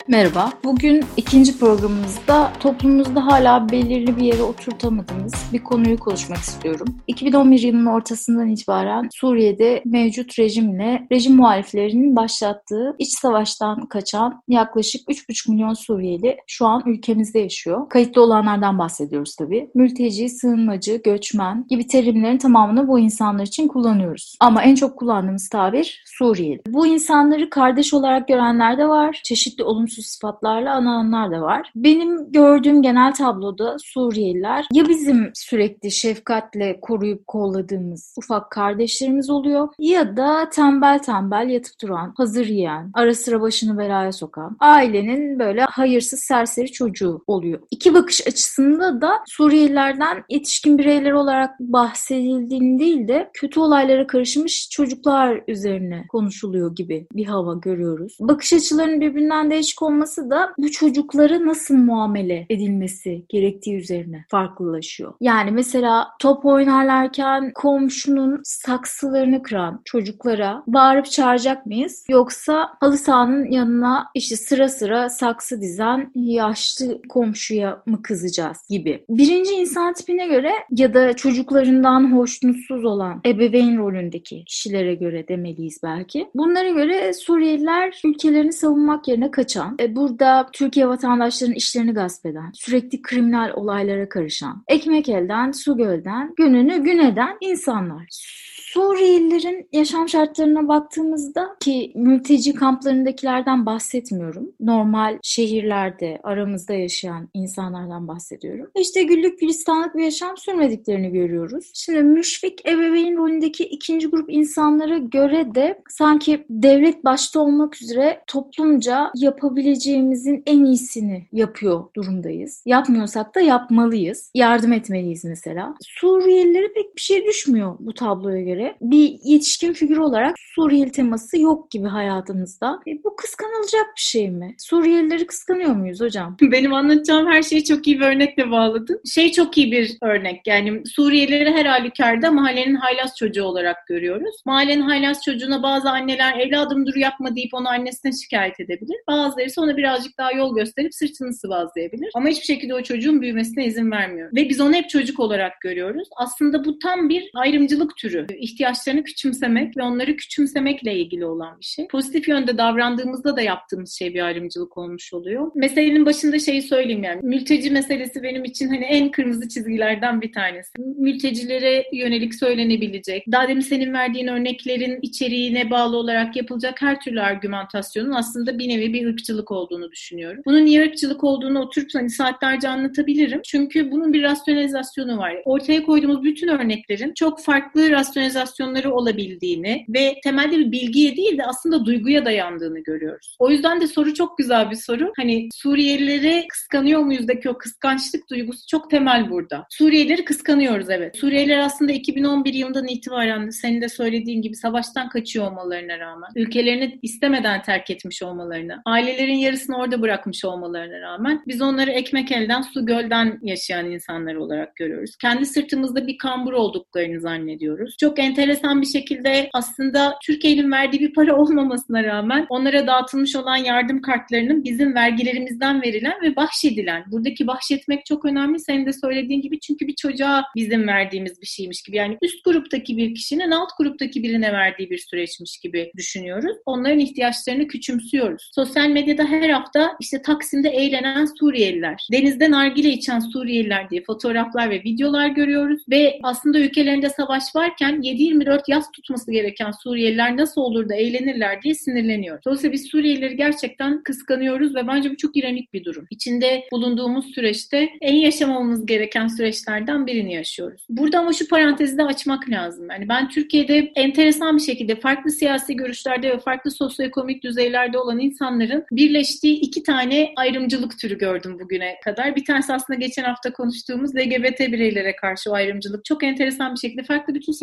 Merhaba. Bugün ikinci programımızda toplumumuzda hala belirli bir yere oturtamadığımız bir konuyu konuşmak istiyorum. 2011 yılının ortasından itibaren Suriye'de mevcut rejimle rejim muhaliflerinin başlattığı iç savaştan kaçan yaklaşık 3,5 milyon Suriyeli şu an ülkemizde yaşıyor. Kayıtlı olanlardan bahsediyoruz tabii. Mülteci, sığınmacı, göçmen gibi terimlerin tamamını bu insanlar için kullanıyoruz. Ama en çok kullandığımız tabir Suriyeli. Bu insanları kardeş olarak görenler de var. Çeşitli olumsuz sıfatlarla ananlar da var. Benim gördüğüm genel tabloda Suriyeliler ya bizim sürekli şefkatle koruyup kolladığımız ufak kardeşlerimiz oluyor ya da tembel tembel yatıp duran, hazır yiyen, ara sıra başını belaya sokan, ailenin böyle hayırsız serseri çocuğu oluyor. İki bakış açısında da Suriyelilerden yetişkin bireyler olarak bahsedildiğini değil de kötü olaylara karışmış çocuklar üzerine konuşuluyor gibi bir hava görüyoruz. Bakış açılarının birbirinden değişik olması da bu çocuklara nasıl muamele edilmesi gerektiği üzerine farklılaşıyor. Yani mesela top oynarlarken komşunun saksılarını kıran çocuklara bağırıp çağıracak mıyız? Yoksa halı sahanın yanına işte sıra sıra saksı dizen yaşlı komşuya mı kızacağız gibi. Birinci insan tipine göre ya da çocuklarından hoşnutsuz olan ebeveyn rolündeki kişilere göre demeliyiz belki. Bunlara göre Suriyeliler ülkelerini savunmak yerine kaçan, burada Türkiye vatandaşlarının işlerini gasp eden, sürekli kriminal olaylara karışan, ekmek elden, su gölden, gününü gün eden insanlar. Suriyelilerin yaşam şartlarına baktığımızda ki mülteci kamplarındakilerden bahsetmiyorum. Normal şehirlerde aramızda yaşayan insanlardan bahsediyorum. İşte güllük gülistanlık bir yaşam sürmediklerini görüyoruz. Şimdi müşfik ebeveyn rolündeki ikinci grup insanlara göre de sanki devlet başta olmak üzere toplumca yapabileceğimizin en iyisini yapıyor durumdayız. Yapmıyorsak da yapmalıyız. Yardım etmeliyiz mesela. Suriyelilere pek bir şey düşmüyor bu tabloya göre. Bir yetişkin figür olarak Suriyeli teması yok gibi hayatımızda. Bu kıskanılacak bir şey mi? Suriyelileri kıskanıyor muyuz hocam? Benim anlatacağım her şeyi çok iyi bir örnekle bağladın. Çok iyi bir örnek. Yani Suriyelileri her halükarda mahallenin haylaz çocuğu olarak görüyoruz. Mahallenin haylaz çocuğuna bazı anneler evladım dur yapma deyip onu annesine şikayet edebilir. Bazıları ise ona birazcık daha yol gösterip sırtını sıvazlayabilir. Ama hiçbir şekilde o çocuğun büyümesine izin vermiyor. Ve biz onu hep çocuk olarak görüyoruz. Aslında bu tam bir ayrımcılık türü. İhtiyaçlarını küçümsemek ve onları küçümsemekle ilgili olan bir şey. Pozitif yönde davrandığımızda da yaptığımız şey bir ayrımcılık olmuş oluyor. Meselenin başında şeyi söyleyeyim yani. Mülteci meselesi benim için en kırmızı çizgilerden bir tanesi. Mültecilere yönelik söylenebilecek, daha demin senin verdiğin örneklerin içeriğine bağlı olarak yapılacak her türlü argümantasyonun aslında bir nevi bir ırkçılık olduğunu düşünüyorum. Bunun niye ırkçılık olduğunu oturup saatlerce anlatabilirim. Çünkü bunun bir rasyonalizasyonu var. Ortaya koyduğumuz bütün örneklerin çok farklı rasyonalizasyonları olabildiğini ve temelde bir bilgiye değil de aslında duyguya dayandığını görüyoruz. O yüzden de soru çok güzel bir soru. Suriyelileri kıskanıyor muyuzdaki o kıskançlık duygusu çok temel burada. Suriyelileri kıskanıyoruz evet. Suriyeliler aslında 2011 yılından itibaren senin de söylediğin gibi savaştan kaçıyor olmalarına rağmen, ülkelerini istemeden terk etmiş olmalarına, ailelerin yarısını orada bırakmış olmalarına rağmen biz onları ekmek elden, su gölden yaşayan insanlar olarak görüyoruz. Kendi sırtımızda bir kambur olduklarını zannediyoruz. Çok enteresan bir şekilde aslında Türkiye'nin verdiği bir para olmamasına rağmen onlara dağıtılmış olan yardım kartlarının bizim vergilerimizden verilen ve bahşedilen. Buradaki bahşetmek çok önemli. Senin de söylediğin gibi çünkü bir çocuğa bizim verdiğimiz bir şeymiş gibi. Yani üst gruptaki bir kişinin alt gruptaki birine verdiği bir süreçmiş gibi düşünüyoruz. Onların ihtiyaçlarını küçümsüyoruz. Sosyal medyada her hafta Taksim'de eğlenen Suriyeliler, denizde nargile içen Suriyeliler diye fotoğraflar ve videolar görüyoruz ve aslında ülkelerinde savaş varken 7/24 yas tutması gereken Suriyeliler nasıl olur da eğlenirler diye sinirleniyor. Dolayısıyla biz Suriyelileri gerçekten kıskanıyoruz ve bence bu çok ironik bir durum. İçinde bulunduğumuz süreçte en yaşamamamız gereken süreçlerden birini yaşıyoruz. Burada ama şu parantezi de açmak lazım. Yani ben Türkiye'de enteresan bir şekilde farklı siyasi görüşlerde ve farklı sosyoekonomik düzeylerde olan insanların birleştiği iki tane ayrımcılık türü gördüm bugüne kadar. Bir tanesi aslında geçen hafta konuştuğumuz LGBT bireylere karşı o ayrımcılık. Çok enteresan bir şekilde farklı bütün siyasi görüşler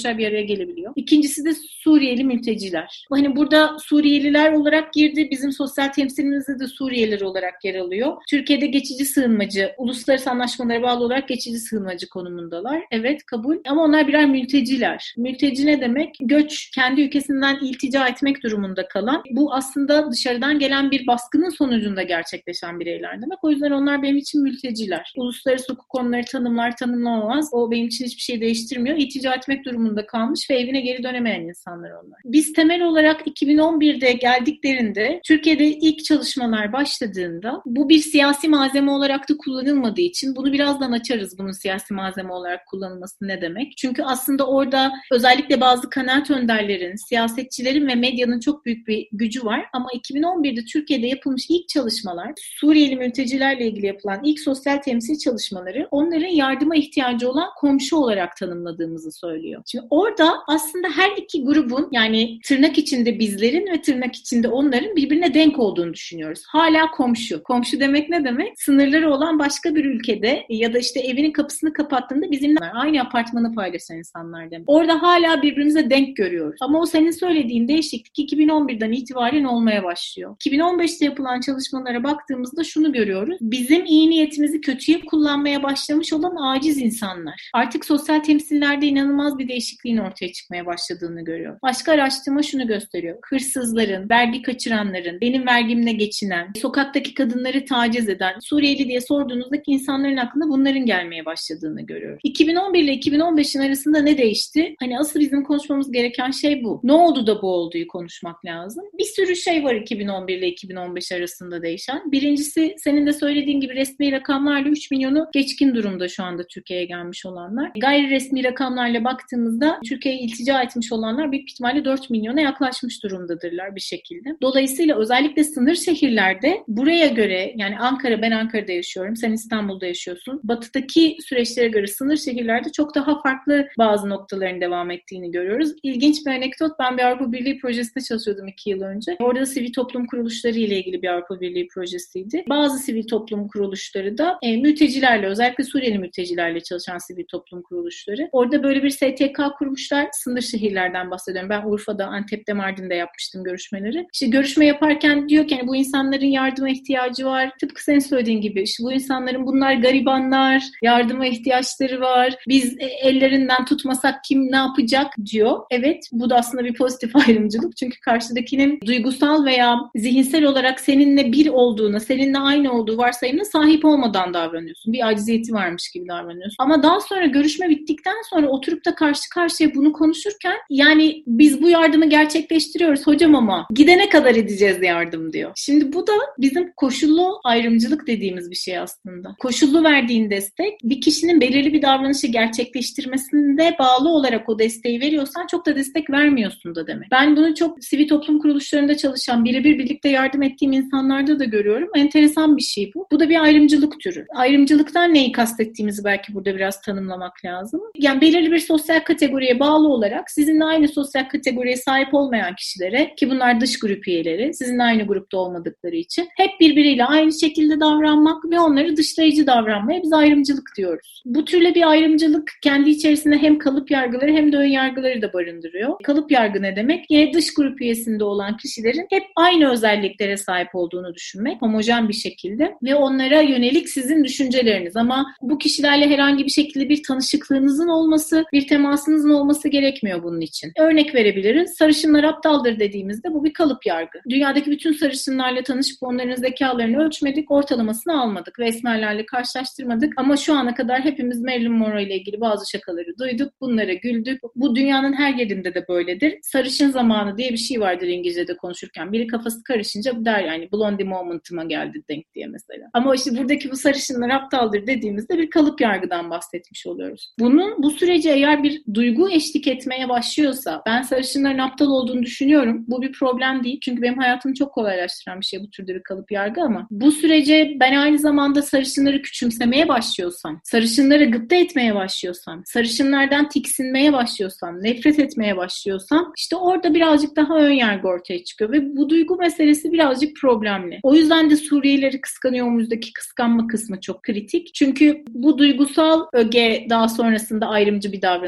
sonuçlar bir araya gelebiliyor. İkincisi de Suriyeli mülteciler. Hani burada Suriyeliler olarak girdi. Bizim sosyal temsilimizde de Suriyeliler olarak yer alıyor. Türkiye'de geçici sığınmacı, uluslararası anlaşmalara bağlı olarak geçici sığınmacı konumundalar. Evet, kabul. Ama onlar birer mülteciler. Mülteci ne demek? Göç, kendi ülkesinden iltica etmek durumunda kalan. Bu aslında dışarıdan gelen bir baskının sonucunda gerçekleşen bireyler demek. O yüzden onlar benim için mülteciler. Uluslararası hukuk onları tanımlamaz. O benim için hiçbir şey değiştirmiyor. İltica etmek durumunda kalmış ve evine geri dönemeyen insanlar onlar. Biz temel olarak 2011'de geldiklerinde, Türkiye'de ilk çalışmalar başladığında bu bir siyasi malzeme olarak da kullanılmadığı için bunu birazdan açarız, bunun siyasi malzeme olarak kullanılması ne demek. Çünkü aslında orada özellikle bazı kanaat önderlerin, siyasetçilerin ve medyanın çok büyük bir gücü var. Ama 2011'de Türkiye'de yapılmış ilk çalışmalar, Suriyeli mültecilerle ilgili yapılan ilk sosyal temsil çalışmaları onların yardıma ihtiyacı olan komşu olarak tanımladığımızı söylüyor. Şimdi orada aslında her iki grubun, yani tırnak içinde bizlerin ve tırnak içinde onların birbirine denk olduğunu düşünüyoruz. Hala komşu. Komşu demek ne demek? Sınırları olan başka bir ülkede ya da işte evinin kapısını kapattığında bizimle aynı apartmanı paylaşan insanlar demek. Orada hala birbirimize denk görüyoruz. Ama o senin söylediğin değişiklik 2011'den itibaren olmaya başlıyor. 2015'te yapılan çalışmalara baktığımızda şunu görüyoruz. Bizim iyi niyetimizi kötüye kullanmaya başlamış olan aciz insanlar. Artık sosyal temsillerde inanılmaz bir değişikliğin ortaya çıkmaya başladığını görüyor. Başka araştırma şunu gösteriyor. Hırsızların, vergi kaçıranların, benim vergimle geçinen, sokaktaki kadınları taciz eden, Suriyeli diye sorduğunuzdaki insanların aklına bunların gelmeye başladığını görüyoruz. 2011 ile 2015'in arasında ne değişti? Hani asıl bizim konuşmamız gereken şey bu. Ne oldu da bu olduğu konuşmak lazım. Bir sürü şey var 2011 ile 2015 arasında değişen. Birincisi, senin de söylediğin gibi resmi rakamlarla 3 milyonu geçkin durumda şu anda Türkiye'ye gelmiş olanlar. Gayri resmi rakamlarla baktığımızda Türkiye'ye iltica etmiş olanlar büyük ihtimalle 4 milyona yaklaşmış durumdadırlar bir şekilde. Dolayısıyla özellikle sınır şehirlerde buraya göre, yani Ankara, ben Ankara'da yaşıyorum, sen İstanbul'da yaşıyorsun. Batıdaki süreçlere göre sınır şehirlerde çok daha farklı bazı noktaların devam ettiğini görüyoruz. İlginç bir anekdot, ben bir Avrupa Birliği projesinde çalışıyordum 2 yıl önce. Orada da sivil toplum kuruluşları ile ilgili bir Avrupa Birliği projesiydi. Bazı sivil toplum kuruluşları da mültecilerle, özellikle Suriyeli mültecilerle çalışan sivil toplum kuruluşları. Orada böyle bir STK kurmuşlar. Sınır şehirlerden bahsediyorum. Ben Urfa'da, Antep'te, Mardin'de yapmıştım görüşmeleri. İşte görüşme yaparken diyor ki hani bu insanların yardıma ihtiyacı var. Tıpkı senin söylediğin gibi işte bu insanların, bunlar garibanlar, yardıma ihtiyaçları var. Biz ellerinden tutmasak kim ne yapacak diyor. Evet, bu da aslında bir pozitif ayrımcılık. Çünkü karşıdakinin duygusal veya zihinsel olarak seninle bir olduğuna, seninle aynı olduğu varsayımına sahip olmadan davranıyorsun. Bir aciziyeti varmış gibi davranıyorsun. Ama daha sonra görüşme bittikten sonra oturup da karşı karşıya bunu konuşurken, yani biz bu yardımı gerçekleştiriyoruz hocam ama gidene kadar edeceğiz yardım diyor. Şimdi bu da bizim koşullu ayrımcılık dediğimiz bir şey aslında. Koşullu verdiğin destek, bir kişinin belirli bir davranışı gerçekleştirmesinde bağlı olarak o desteği veriyorsan çok da destek vermiyorsun da demek. Ben bunu çok sivil toplum kuruluşlarında çalışan, birebir birlikte yardım ettiğim insanlarda da görüyorum. Enteresan bir şey bu. Bu da bir ayrımcılık türü. Ayrımcılıktan neyi kastettiğimizi belki burada biraz tanımlamak lazım. Yani belirli bir sosyal kategoriye bağlı olarak sizinle aynı sosyal kategoriye sahip olmayan kişilere, ki bunlar dış grup üyeleri, sizinle aynı grupta olmadıkları için hep birbiriyle aynı şekilde davranmak ve onları dışlayıcı davranmaya biz ayrımcılık diyoruz. Bu türlü bir ayrımcılık kendi içerisinde hem kalıp yargıları hem de ön yargıları da barındırıyor. Kalıp yargı ne demek? Yine dış grup üyesinde olan kişilerin hep aynı özelliklere sahip olduğunu düşünmek, homojen bir şekilde ve onlara yönelik sizin düşünceleriniz, ama bu kişilerle herhangi bir şekilde bir tanışıklığınızın olması, bir temasınızın olması gerekmiyor bunun için. Örnek verebiliriz. Sarışınlar aptaldır dediğimizde bu bir kalıp yargı. Dünyadaki bütün sarışınlarla tanışıp onların zekalarını ölçmedik, ortalamasını almadık ve esmerlerle karşılaştırmadık. Ama şu ana kadar hepimiz Marilyn Monroe ile ilgili bazı şakaları duyduk, bunlara güldük. Bu dünyanın her yerinde de böyledir. Sarışın zamanı diye bir şey vardır İngilizce'de konuşurken. Biri kafası karışınca der yani blondie moment'ıma geldi denk diye mesela. Ama işte buradaki bu sarışınlar aptaldır dediğimizde bir kalıp yargıdan bahsetmiş oluyoruz. Bu sürece eğer bir duygu eşlik etmeye başlıyorsa, ben sarışınların aptal olduğunu düşünüyorum. Bu bir problem değil. Çünkü benim hayatımı çok kolaylaştıran bir şey bu türde bir kalıp yargı, ama bu sürece ben aynı zamanda sarışınları küçümsemeye başlıyorsam, sarışınları gıpta etmeye başlıyorsam, sarışınlardan tiksinmeye başlıyorsam, nefret etmeye başlıyorsam, işte orada birazcık daha ön yargı ortaya çıkıyor ve bu duygu meselesi birazcık problemli. O yüzden de Suriyelileri kıskanıyorumuzdaki kıskanma kısmı çok kritik. Çünkü bu duygusal öge daha sonrasında ayrımcı bir davranış ortaya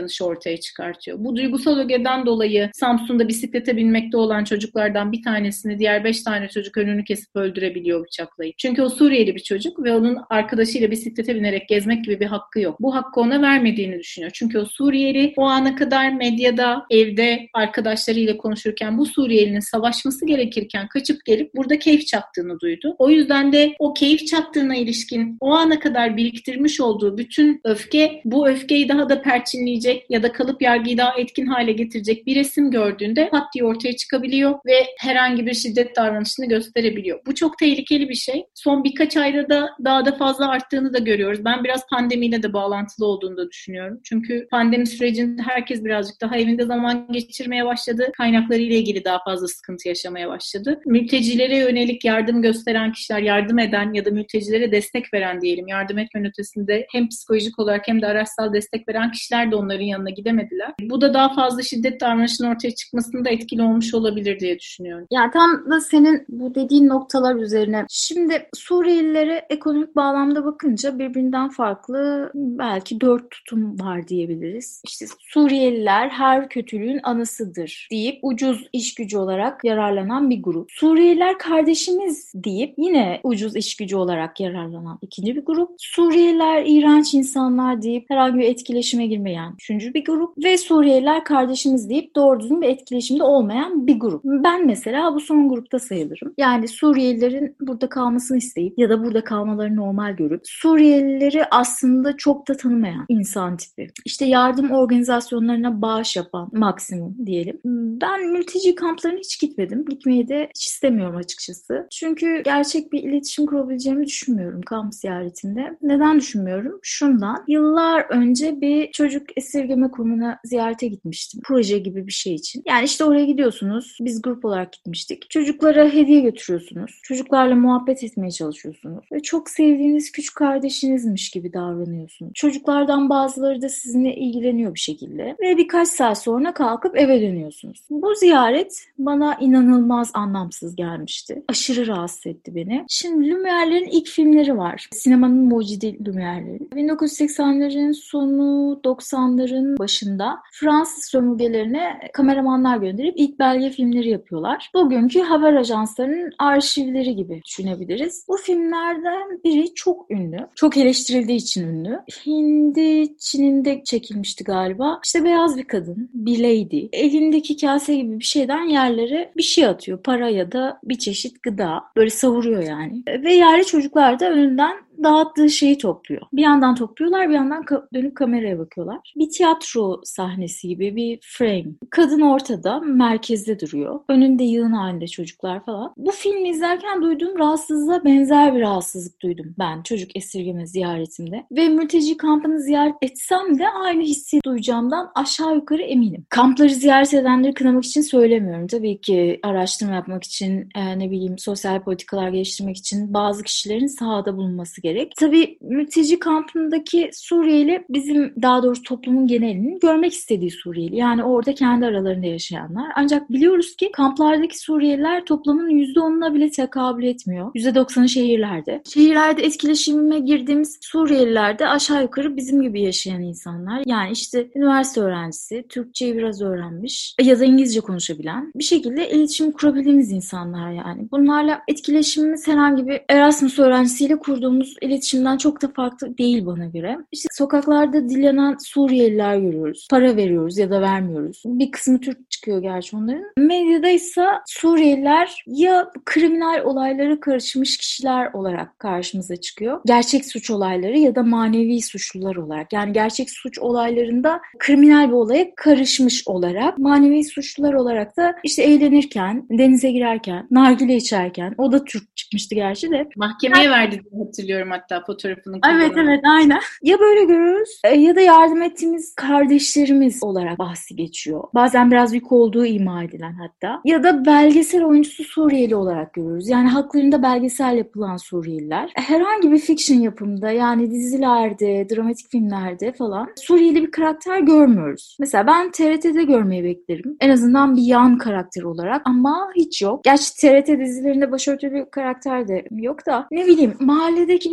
ortaya çıkartıyor. Bu duygusal ögeden dolayı Samsun'da bisiklete binmekte olan çocuklardan bir tanesini diğer 5 tane çocuk önünü kesip öldürebiliyor bıçaklayıp. Çünkü o Suriyeli bir çocuk ve onun arkadaşıyla bisiklete binerek gezmek gibi bir hakkı yok. Bu hakkı ona vermediğini düşünüyor. Çünkü o Suriyeli o ana kadar medyada, evde arkadaşlarıyla konuşurken bu Suriyelinin savaşması gerekirken kaçıp gelip burada keyif çaktığını duydu. O yüzden de o keyif çaktığına ilişkin o ana kadar biriktirmiş olduğu bütün öfke, bu öfkeyi daha da perçinleyecek ya da kalıp yargıyı daha etkin hale getirecek bir resim gördüğünde pat diye ortaya çıkabiliyor ve herhangi bir şiddet davranışını gösterebiliyor. Bu çok tehlikeli bir şey. Son birkaç ayda da daha da fazla arttığını da görüyoruz. Ben biraz pandemiyle de bağlantılı olduğunu da düşünüyorum. Çünkü pandemi sürecinde herkes birazcık daha evinde zaman geçirmeye başladı. Kaynaklarıyla ilgili daha fazla sıkıntı yaşamaya başladı. Mültecilere yönelik yardım gösteren kişiler, yardım eden ya da mültecilere destek veren diyelim. Yardım etmenin ötesinde hem psikolojik olarak hem de araçsal destek veren kişiler de onların yanına gidemediler. Bu da daha fazla şiddet davranışının ortaya çıkmasında etkili olmuş olabilir diye düşünüyorum. Yani tam da senin bu dediğin noktalar üzerine. Şimdi Suriyelilere ekonomik bağlamda bakınca birbirinden farklı belki 4 tutum var diyebiliriz. İşte Suriyeliler her kötülüğün anasıdır deyip ucuz iş gücü olarak yararlanan bir grup. Suriyeliler kardeşimiz deyip yine ucuz iş gücü olarak yararlanan ikinci bir grup. Suriyeliler iğrenç insanlar deyip herhangi bir etkileşime girmeyen üçüncü bir grup. Ve Suriyeliler kardeşimiz deyip doğru düzgün bir etkileşimde olmayan bir grup. Ben mesela bu son grupta sayılırım. Yani Suriyelilerin burada kalmasını isteyip ya da burada kalmalarını normal görüp Suriyelileri aslında çok da tanımayan insan tipi. İşte yardım organizasyonlarına bağış yapan maksimum diyelim. Ben mülteci kamplarına hiç gitmedim. Gitmeyi de hiç istemiyorum açıkçası. Çünkü gerçek bir iletişim kurabileceğimi düşünmüyorum kamp ziyaretinde. Neden düşünmüyorum? Şundan. Yıllar önce bir çocuk esirgeme kurumuna ziyarete gitmiştim. Proje gibi bir şey için. Yani işte oraya gidiyorsunuz. Biz grup olarak gitmiştik. Çocuklara hediye götürüyorsunuz. Çocuklarla muhabbet etmeye çalışıyorsunuz. Ve çok sevdiğiniz küçük kardeşinizmiş gibi davranıyorsunuz. Çocuklardan bazıları da sizinle ilgileniyor bir şekilde. Ve birkaç saat sonra kalkıp eve dönüyorsunuz. Bu ziyaret bana inanılmaz anlamsız gelmişti. Aşırı rahatsız etti beni. Şimdi Lumière'lerin ilk filmleri var. Sinemanın mucidi Lumière'lerin. 1980'lerin sonu 90'ların başında Fransız sömürgelerine kameramanlar gönderip ilk belge filmleri yapıyorlar. Bugünkü haber ajanslarının arşivleri gibi düşünebiliriz. Bu filmlerden biri çok ünlü. Çok eleştirildiği için ünlü. Hindi Çin'inde çekilmişti galiba. İşte beyaz bir kadın, bir lady. Elindeki kase gibi bir şeyden yerlere bir şey atıyor. Para ya da bir çeşit gıda. Böyle savuruyor yani. Ve yerli çocuklar da önünden dağıttığı şeyi topluyor. Bir yandan topluyorlar, bir yandan dönüp kameraya bakıyorlar. Bir tiyatro sahnesi gibi bir frame. Kadın ortada, merkezde duruyor. Önünde yığın halinde çocuklar falan. Bu filmi izlerken duyduğum rahatsızlığa benzer bir rahatsızlık duydum ben çocuk esirgeme ziyaretimde. Ve mülteci kampını ziyaret etsem de aynı hissi duyacağımdan aşağı yukarı eminim. Kampları ziyaret edenleri kınamak için söylemiyorum. Tabii ki araştırma yapmak için, sosyal politikalar geliştirmek için bazı kişilerin sahada bulunması gerek. Tabii mülteci kampındaki Suriyeli bizim daha doğrusu toplumun genelinin görmek istediği Suriyeli. Yani orada kendi aralarında yaşayanlar. Ancak biliyoruz ki kamplardaki Suriyeliler toplumun %10'una bile tekabül etmiyor. %90'ı şehirlerde. Şehirlerde etkileşime girdiğimiz Suriyeliler de aşağı yukarı bizim gibi yaşayan insanlar. Yani işte üniversite öğrencisi, Türkçeyi biraz öğrenmiş ya da İngilizce konuşabilen bir şekilde iletişim kurabildiğimiz insanlar yani. Bunlarla etkileşimimiz herhangi bir Erasmus öğrencisiyle kurduğumuz iletişimden çok da farklı değil bana göre. İşte sokaklarda dilenen Suriyeliler görüyoruz. Para veriyoruz ya da vermiyoruz. Bir kısmı Türk çıkıyor gerçi onların. Medyada ise Suriyeliler ya kriminal olaylara karışmış kişiler olarak karşımıza çıkıyor. Gerçek suç olayları ya da manevi suçlular olarak. Yani gerçek suç olaylarında kriminal bir olaya karışmış olarak, manevi suçlular olarak da işte eğlenirken, denize girerken, nargile içerken, o da Türk çıkmıştı gerçi de. Mahkemeye verdi diye hatırlıyorum hatta fotoğrafını. Evet aynen. Ya böyle görüyoruz ya da yardım ettiğimiz kardeşlerimiz olarak bahsi geçiyor. Bazen biraz yük olduğu ima edilen hatta. Ya da belgesel oyuncusu Suriyeli olarak görüyoruz. Yani haklarında belgesel yapılan Suriyeliler. Herhangi bir fiction yapımda yani dizilerde, dramatik filmlerde falan Suriyeli bir karakter görmüyoruz. Mesela ben TRT'de görmeyi beklerim. En azından bir yan karakter olarak ama hiç yok. Gerçi TRT dizilerinde başörtülü karakter de yok da ne bileyim mahalledeki bir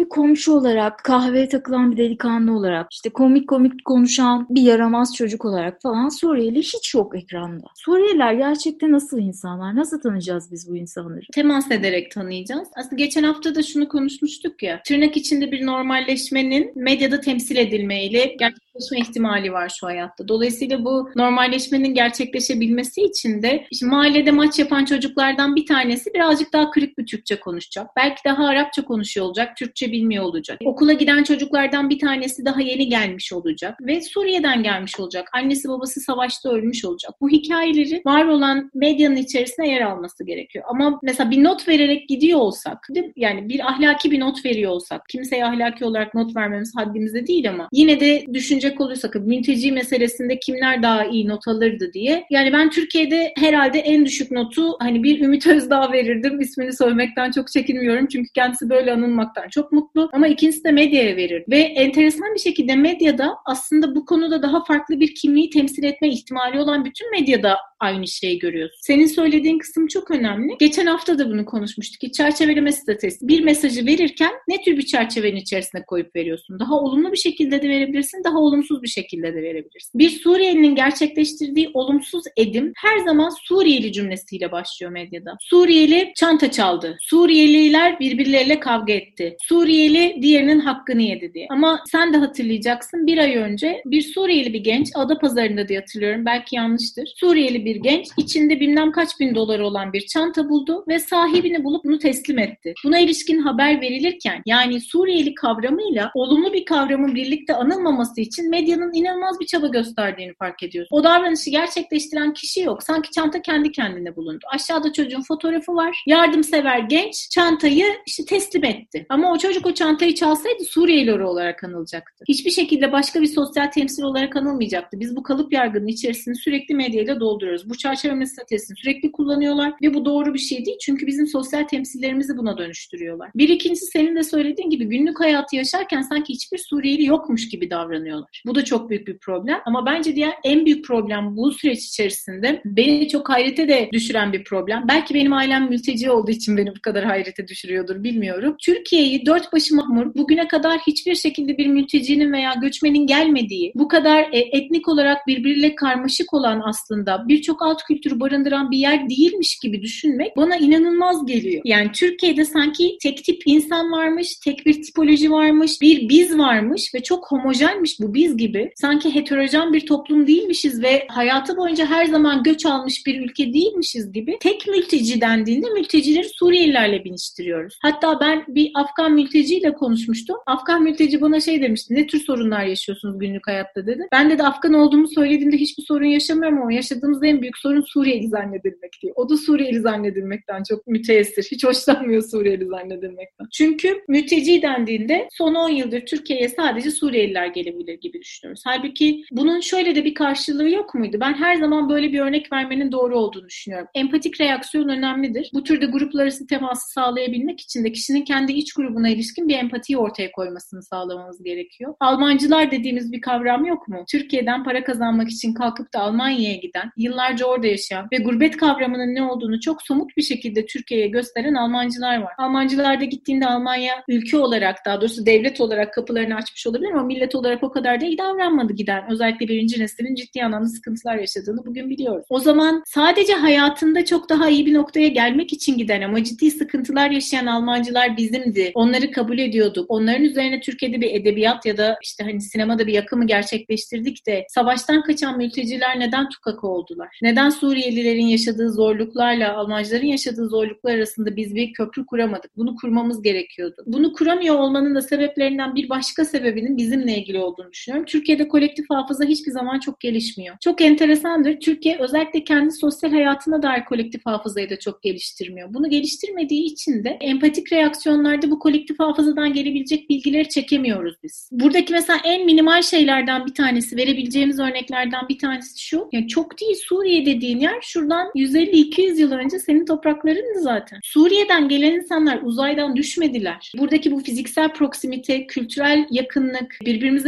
bir komşu olarak, kahveye takılan bir delikanlı olarak, işte komik komik konuşan bir yaramaz çocuk olarak falan Suriyeli hiç yok ekranda. Suriyeliler gerçekten nasıl insanlar? Nasıl tanıyacağız biz bu insanları? Temas ederek tanıyacağız. Aslında geçen hafta da şunu konuşmuştuk ya, tırnak içinde bir normalleşmenin medyada temsil edilmeyle gerçekleşme ihtimali var şu hayatta. Dolayısıyla bu normalleşmenin gerçekleşebilmesi için de işte mahallede maç yapan çocuklardan bir tanesi birazcık daha kırık bir Türkçe konuşacak. Belki daha Arapça konuşuyor olacak, Türkçe bilmiyor olacak. Okula giden çocuklardan bir tanesi daha yeni gelmiş olacak ve Suriye'den gelmiş olacak. Annesi babası savaşta ölmüş olacak. Bu hikayeleri var olan medyanın içerisine yer alması gerekiyor. Ama mesela bir not vererek gidiyor olsak, değil mi? Yani bir ahlaki bir not veriyor olsak, kimseye ahlaki olarak not vermemiz haddimizde değil ama yine de düşünecek olursak mülteci meselesinde kimler daha iyi not alırdı diye. Yani ben Türkiye'de herhalde en düşük notu hani bir Ümit Özdağ verirdim. İsmini söylemekten çok çekinmiyorum çünkü kendisi böyle anılmaktan çok mutlu. Ama ikincisi de medyaya verir. Ve enteresan bir şekilde medyada aslında bu konuda daha farklı bir kimliği temsil etme ihtimali olan bütün medyada aynı şeyi görüyoruz. Senin söylediğin kısım çok önemli. Geçen hafta da bunu konuşmuştuk ki çerçeveleme stratejisi. Bir mesajı verirken ne tür bir çerçevenin içerisine koyup veriyorsun? Daha olumlu bir şekilde de verebilirsin, daha olumsuz bir şekilde de verebilirsin. Bir Suriyelinin gerçekleştirdiği olumsuz edim her zaman Suriyeli cümlesiyle başlıyor medyada. Suriyeli çanta çaldı. Suriyeliler birbirleriyle kavga etti. Suriyeli diğerinin hakkını yedi diye. Ama sen de hatırlayacaksın, bir ay önce bir Suriyeli bir genç, Adapazarı'nda diye hatırlıyorum, belki yanlıştır. Suriyeli bir genç içinde bilmem kaç bin doları olan bir çanta buldu ve sahibini bulup bunu teslim etti. Buna ilişkin haber verilirken yani Suriyeli kavramıyla olumlu bir kavramın birlikte anılmaması için medyanın inanılmaz bir çaba gösterdiğini fark ediyorsun. O davranışı gerçekleştiren kişi yok. Sanki çanta kendi kendine bulundu. Aşağıda çocuğun fotoğrafı var. Yardımsever genç çantayı işte teslim etti. Ama o çocuk o çantayı çalsaydı Suriyeli olarak anılacaktı. Hiçbir şekilde başka bir sosyal temsil olarak anılmayacaktı. Biz bu kalıp yargının içerisini sürekli medyayla dolduruyoruz. Bu çerçeveleme stratejisini sürekli kullanıyorlar ve bu doğru bir şey değil. Çünkü bizim sosyal temsillerimizi buna dönüştürüyorlar. Bir ikincisi senin de söylediğin gibi günlük hayatı yaşarken sanki hiçbir Suriyeli yokmuş gibi davranıyorlar. Bu da çok büyük bir problem. Ama bence diğer en büyük problem bu süreç içerisinde beni çok hayrete de düşüren bir problem. Belki benim ailem mülteci olduğu için beni bu kadar hayrete düşürüyordur bilmiyorum. Türkiye'yi dört başı mahmur bugüne kadar hiçbir şekilde bir mültecinin veya göçmenin gelmediği, bu kadar etnik olarak birbiriyle karmaşık olan aslında birçok alt kültürü barındıran bir yer değilmiş gibi düşünmek bana inanılmaz geliyor. Yani Türkiye'de sanki tek tip insan varmış, tek bir tipoloji varmış, bir biz varmış ve çok homojenmiş bu biz gibi. Sanki heterojen bir toplum değilmişiz ve hayatı boyunca her zaman göç almış bir ülke değilmişiz gibi. Tek mülteci dendiğinde mültecileri Suriyelilerle biniştiriyoruz. Hatta ben bir Afgan mülteciyle konuşmuştum. Afgan mülteci bana şey demişti, ne tür sorunlar yaşıyorsunuz günlük hayatta dedi. Ben de Afgan olduğumu söylediğimde hiçbir sorun yaşamıyorum ama yaşadığımız en büyük sorun Suriyeli zannedilmek diye. O da Suriyeli zannedilmekten çok müteessir. Hiç hoşlanmıyor Suriyeli zannedilmekten. Çünkü mülteci dendiğinde son 10 yıldır Türkiye'ye sadece Suriyeliler gelebilir gibi düşünüyoruz. Halbuki bunun şöyle de bir karşılığı yok muydu? Ben her zaman böyle bir örnek vermenin doğru olduğunu düşünüyorum. Empatik reaksiyon önemlidir. Bu türde gruplar arası teması sağlayabilmek için de kişinin kendi iç grubuna ilişkin bir empatiyi ortaya koymasını sağlamamız gerekiyor. Almancılar dediğimiz bir kavram yok mu? Türkiye'den para kazanmak için kalkıp da Almanya'ya giden, yıllarca orada yaşayan ve gurbet kavramının ne olduğunu çok somut bir şekilde Türkiye'ye gösteren Almancılar var. Almancılar da gittiğinde Almanya ülke olarak, daha doğrusu devlet olarak kapılarını açmış olabilir ama millet olarak o kadar da iyi davranmadı giden. Özellikle birinci neslin ciddi anlamda sıkıntılar yaşadığını bugün biliyoruz. O zaman sadece hayatında çok daha iyi bir noktaya gelmek için giden ama ciddi sıkıntılar yaşayan Almancılar bizimdi. Onları kabul ediyorduk. Onların üzerine Türkiye'de bir edebiyat ya da işte hani sinemada bir yakımı gerçekleştirdik de savaştan kaçan mülteciler neden tukaka oldular? Neden Suriyelilerin yaşadığı zorluklarla Almancıların yaşadığı zorluklar arasında biz bir köprü kuramadık? Bunu kurmamız gerekiyordu. Bunu kuramıyor olmanın da sebeplerinden bir başka sebebinin bizimle ilgili olduğunu düşünüyorum. Türkiye'de kolektif hafıza hiçbir zaman çok gelişmiyor. Çok enteresandır. Türkiye özellikle kendi sosyal hayatına dair kolektif hafızayı da çok geliştirmiyor. Bunu geliştirmediği için de empatik reaksiyonlarda bu kolektif hafızadan gelebilecek bilgileri çekemiyoruz biz. Buradaki mesela en minimal şeylerden bir tanesi, verebileceğimiz örneklerden bir tanesi şu. Yani çok değil, Suriye dediğin yer şuradan 150-200 yıl önce senin topraklarındı zaten. Suriye'den gelen insanlar uzaydan düşmediler. Buradaki bu fiziksel proximite, kültürel yakınlık, birbirimize bu kadar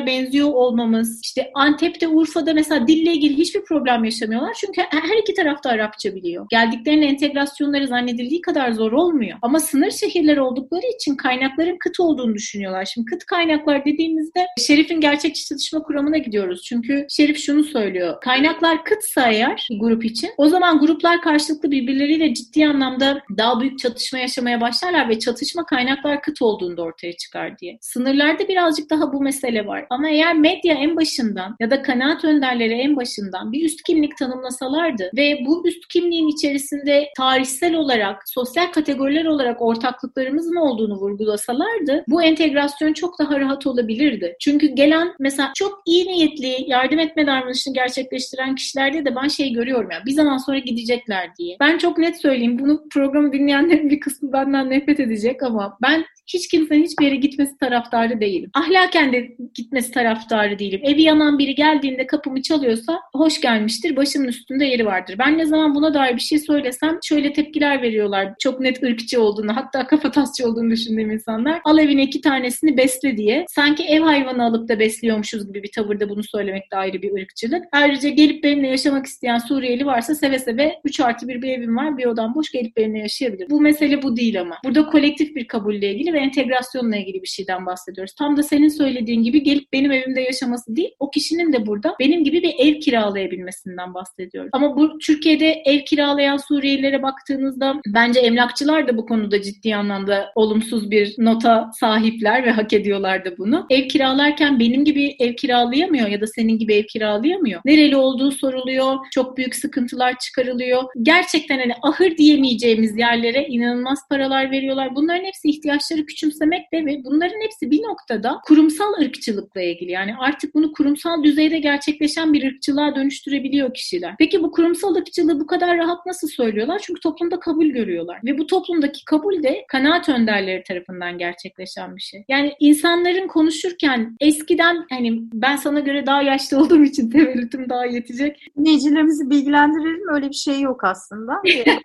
kadar benziyor olmamız, işte Antep'te, Urfa'da mesela dille ilgili hiçbir problem yaşamıyorlar. Çünkü her iki tarafta Arapça biliyor. Geldiklerinde entegrasyonları zannedildiği kadar zor olmuyor. Ama sınır şehirler oldukları için kaynakların kıt olduğunu düşünüyorlar. Şimdi kıt kaynaklar dediğimizde Şerif'in gerçekçi çatışma kuramına gidiyoruz. Çünkü Şerif şunu söylüyor. Kaynaklar kıtsa eğer grup için, o zaman gruplar karşılıklı birbirleriyle ciddi anlamda daha büyük çatışma yaşamaya başlarlar ve çatışma kaynaklar kıt olduğunda ortaya çıkar diye. Sınırlarda birazcık daha bu mesele var. Ama eğer medya en başından ya da kanaat önderleri en başından bir üst kimlik tanımlasalardı ve bu üst kimliğin içerisinde tarihsel olarak, sosyal kategoriler olarak ortaklıklarımızın olduğunu vurgulasalardı, bu entegrasyon çok daha rahat olabilirdi. Çünkü gelen mesela çok iyi niyetli yardım etme davranışını gerçekleştiren kişilerde de ben şey görüyorum ya, bir zaman sonra gidecekler diye. Ben çok net söyleyeyim, bunu programı dinleyenlerin bir kısmı benden nefret edecek ama ben hiç kimsenin hiçbir yere gitmesi taraftarı değilim. Ahlaken de gitmesi taraftarı değilim. Evi yanan biri geldiğinde kapımı çalıyorsa hoş gelmiştir, başımın üstünde yeri vardır. Ben ne zaman buna dair bir şey söylesem şöyle tepkiler veriyorlar. Çok net ırkçı olduğunu, hatta kafatasçı olduğunu düşündüğüm insanlar. Al evine 2 tanesini besle diye. Sanki ev hayvanı alıp da besliyormuşuz gibi bir tavırda bunu söylemek de ayrı bir ırkçılık. Ayrıca gelip benimle yaşamak isteyen Suriyeli varsa seve seve 3+1 bir evim var, bir odam boş, gelip benimle yaşayabilir. Bu mesele bu değil ama. Burada kolektif bir kabulle ilgili ve entegrasyonla ilgili bir şeyden bahsediyoruz. Tam da senin söylediğin gibi gelip benim evimde yaşaması değil, o kişinin de burada benim gibi bir ev kiralayabilmesinden bahsediyoruz. Ama bu Türkiye'de ev kiralayan Suriyelilere baktığınızda bence emlakçılar da bu konuda ciddi anlamda olumsuz bir nota sahipler ve hak ediyorlar da bunu. Ev kiralarken benim gibi ev kiralayamıyor ya da senin gibi ev kiralayamıyor. Nereli olduğu soruluyor, çok büyük sıkıntılar çıkarılıyor. Gerçekten hani ahır diyemeyeceğimiz yerlere inanılmaz paralar veriyorlar. Bunların hepsi ihtiyaçları küçümsemekle ve bunların hepsi bir noktada kurumsal ırkçılıkla ilgili. Yani artık bunu kurumsal düzeyde gerçekleşen bir ırkçılığa dönüştürebiliyor kişiler. Peki bu kurumsal ırkçılığı bu kadar rahat nasıl söylüyorlar? Çünkü toplumda kabul görüyorlar. Ve bu toplumdaki kabul de kanaat önderleri tarafından gerçekleşen bir şey. Yani insanların konuşurken eskiden, hani ben sana göre daha yaşlı olduğum için tevellütüm daha yetecek. Dinleyicilerimizi bilgilendirelim. Öyle bir şey yok aslında.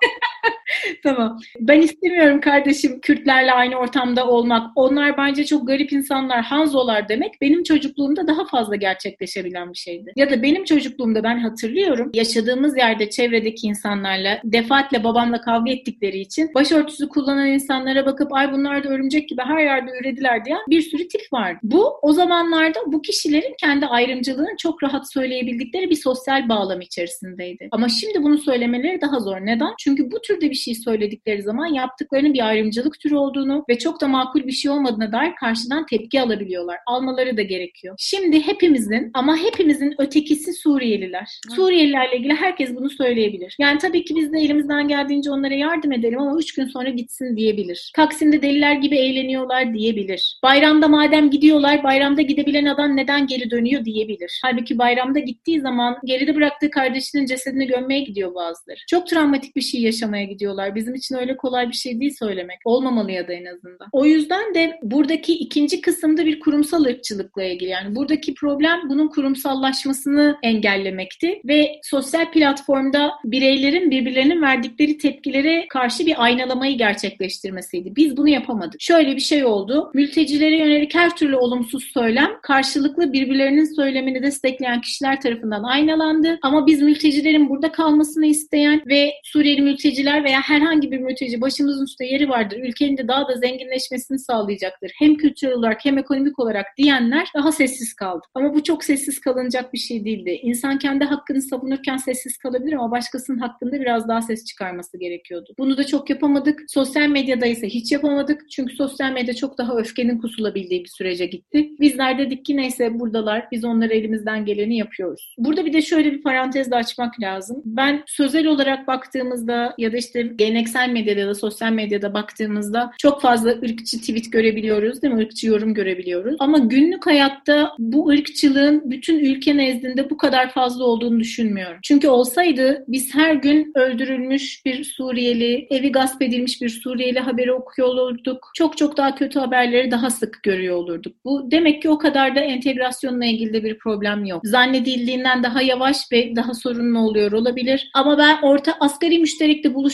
Tamam. Ben istemiyorum kardeşim Kürtlerle aynı ortamda olmak. Onlar bence çok garip insanlar, Hanzolar demek benim çocukluğumda daha fazla gerçekleşebilen bir şeydi. Ya da benim çocukluğumda ben hatırlıyorum, yaşadığımız yerde çevredeki insanlarla defaatle babamla kavga ettikleri için başörtüsü kullanan insanlara bakıp ay bunlar da örümcek gibi her yerde ürediler diyen bir sürü tip vardı. Bu o zamanlarda bu kişilerin kendi ayrımcılığını çok rahat söyleyebildikleri bir sosyal bağlam içerisindeydi. Ama şimdi bunu söylemeleri daha zor. Neden? Çünkü bu türde bir şey söyledikleri zaman yaptıklarının bir ayrımcılık türü olduğunu ve çok da makul bir şey olmadığına dair karşıdan tepki alabiliyorlar. Almaları da gerekiyor. Şimdi hepimizin ötekisi Suriyeliler. Suriyelilerle ilgili herkes bunu söyleyebilir. Yani tabii ki biz de elimizden geldiğince onlara yardım edelim ama 3 gün sonra gitsin diyebilir. Taksim'de deliler gibi eğleniyorlar diyebilir. Bayramda madem gidiyorlar, bayramda gidebilen adam neden geri dönüyor diyebilir. Halbuki bayramda gittiği zaman geride bıraktığı kardeşinin cesedini gömmeye gidiyor bazıları. Çok travmatik bir şey yaşamaya gidiyorlar. Bizim için öyle kolay bir şey değil söylemek. Olmamalı ya da en azından. O yüzden de buradaki ikinci kısımda bir kurumsal ırkçılıkla ilgili. Yani buradaki problem bunun kurumsallaşmasını engellemekti ve sosyal platformda bireylerin birbirlerinin verdikleri tepkilere karşı bir aynalamayı gerçekleştirmesiydi. Biz bunu yapamadık. Şöyle bir şey oldu. Mültecilere yönelik her türlü olumsuz söylem karşılıklı birbirlerinin söylemini destekleyen kişiler tarafından aynalandı. Ama biz mültecilerin burada kalmasını isteyen ve Suriyeli mülteciler veya herhangi bir mülteci başımızın üstünde yeri vardır, ülkenin de daha da zenginleşmesini sağlayacaktır. Hem kültürel olarak hem ekonomik olarak diyenler daha sessiz kaldı. Ama bu çok sessiz kalınacak bir şey değildi. İnsan kendi hakkını savunurken sessiz kalabilir ama başkasının hakkında biraz daha ses çıkarması gerekiyordu. Bunu da çok yapamadık. Sosyal medyada ise hiç yapamadık. Çünkü sosyal medya çok daha öfkenin kusulabildiği bir sürece gitti. Bizler dedik ki neyse buradalar, biz onlara elimizden geleni yapıyoruz. Burada bir de şöyle bir parantez de açmak lazım. Ben sözel olarak baktığımızda ya da işte geleneksel medyada ya da sosyal medyada baktığımızda çok fazla ırkçı tweet görebiliyoruz, değil mi? Irkçı yorum görebiliyoruz. Ama günlük hayatta bu ırkçılığın bütün ülke nezdinde bu kadar fazla olduğunu düşünmüyorum. Çünkü olsaydı biz her gün öldürülmüş bir Suriyeli, evi gasp edilmiş bir Suriyeli haberi okuyor olurduk. Çok çok daha kötü haberleri daha sık görüyor olurduk. Bu demek ki o kadar da entegrasyonla ilgili de bir problem yok. Zannedildiğinden daha yavaş ve daha sorunlu oluyor olabilir. Ama ben asgari müşterekte buluşma meselesi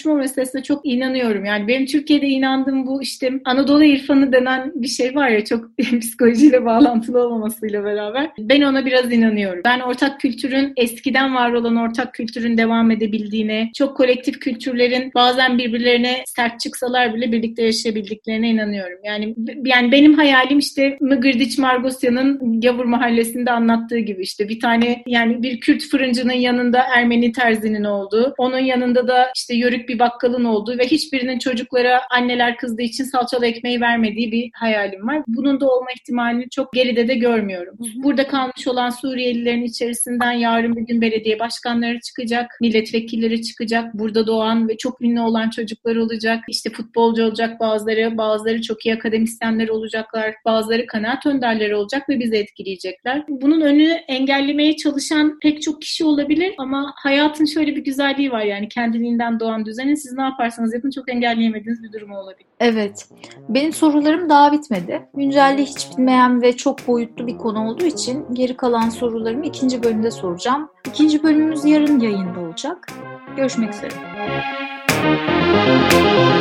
meselesine çok inanıyorum. Yani benim Türkiye'de inandığım bu işte Anadolu irfanı denen bir şey var ya, çok psikolojiyle bağlantılı olmamasıyla beraber. Ben ona biraz inanıyorum. Ben ortak kültürün, eskiden var olan ortak kültürün devam edebildiğine, çok kolektif kültürlerin bazen birbirlerine sert çıksalar bile birlikte yaşayabildiklerine inanıyorum. Yani benim hayalim işte Mıgırdiç Margosya'nın Gavur Mahallesi'nde anlattığı gibi işte bir tane, yani bir Kürt fırıncının yanında Ermeni terzinin olduğu, onun yanında da işte Yörük bir bakkalın olduğu ve hiçbirinin çocuklara anneler kızdığı için salçalı ekmeği vermediği bir hayalim var. Bunun da olma ihtimalini çok geride de görmüyorum. Burada kalmış olan Suriyelilerin içerisinden yarın bir gün belediye başkanları çıkacak, milletvekilleri çıkacak, burada doğan ve çok ünlü olan çocuklar olacak, işte futbolcu olacak bazıları çok iyi akademisyenler olacaklar, bazıları kanaat önderleri olacak ve bizi etkileyecekler. Bunun önünü engellemeye çalışan pek çok kişi olabilir ama hayatın şöyle bir güzelliği var, yani kendiliğinden doğan düzenin siz ne yaparsanız yapın çok engelleyemediğiniz bir durum olabilir. Evet. Benim sorularım daha bitmedi. Güncelliği hiç bilmeyen ve çok boyutlu bir konu olduğu için geri kalan sorularımı 2. bölümde soracağım. 2. bölümümüz yarın yayında olacak. Görüşmek üzere.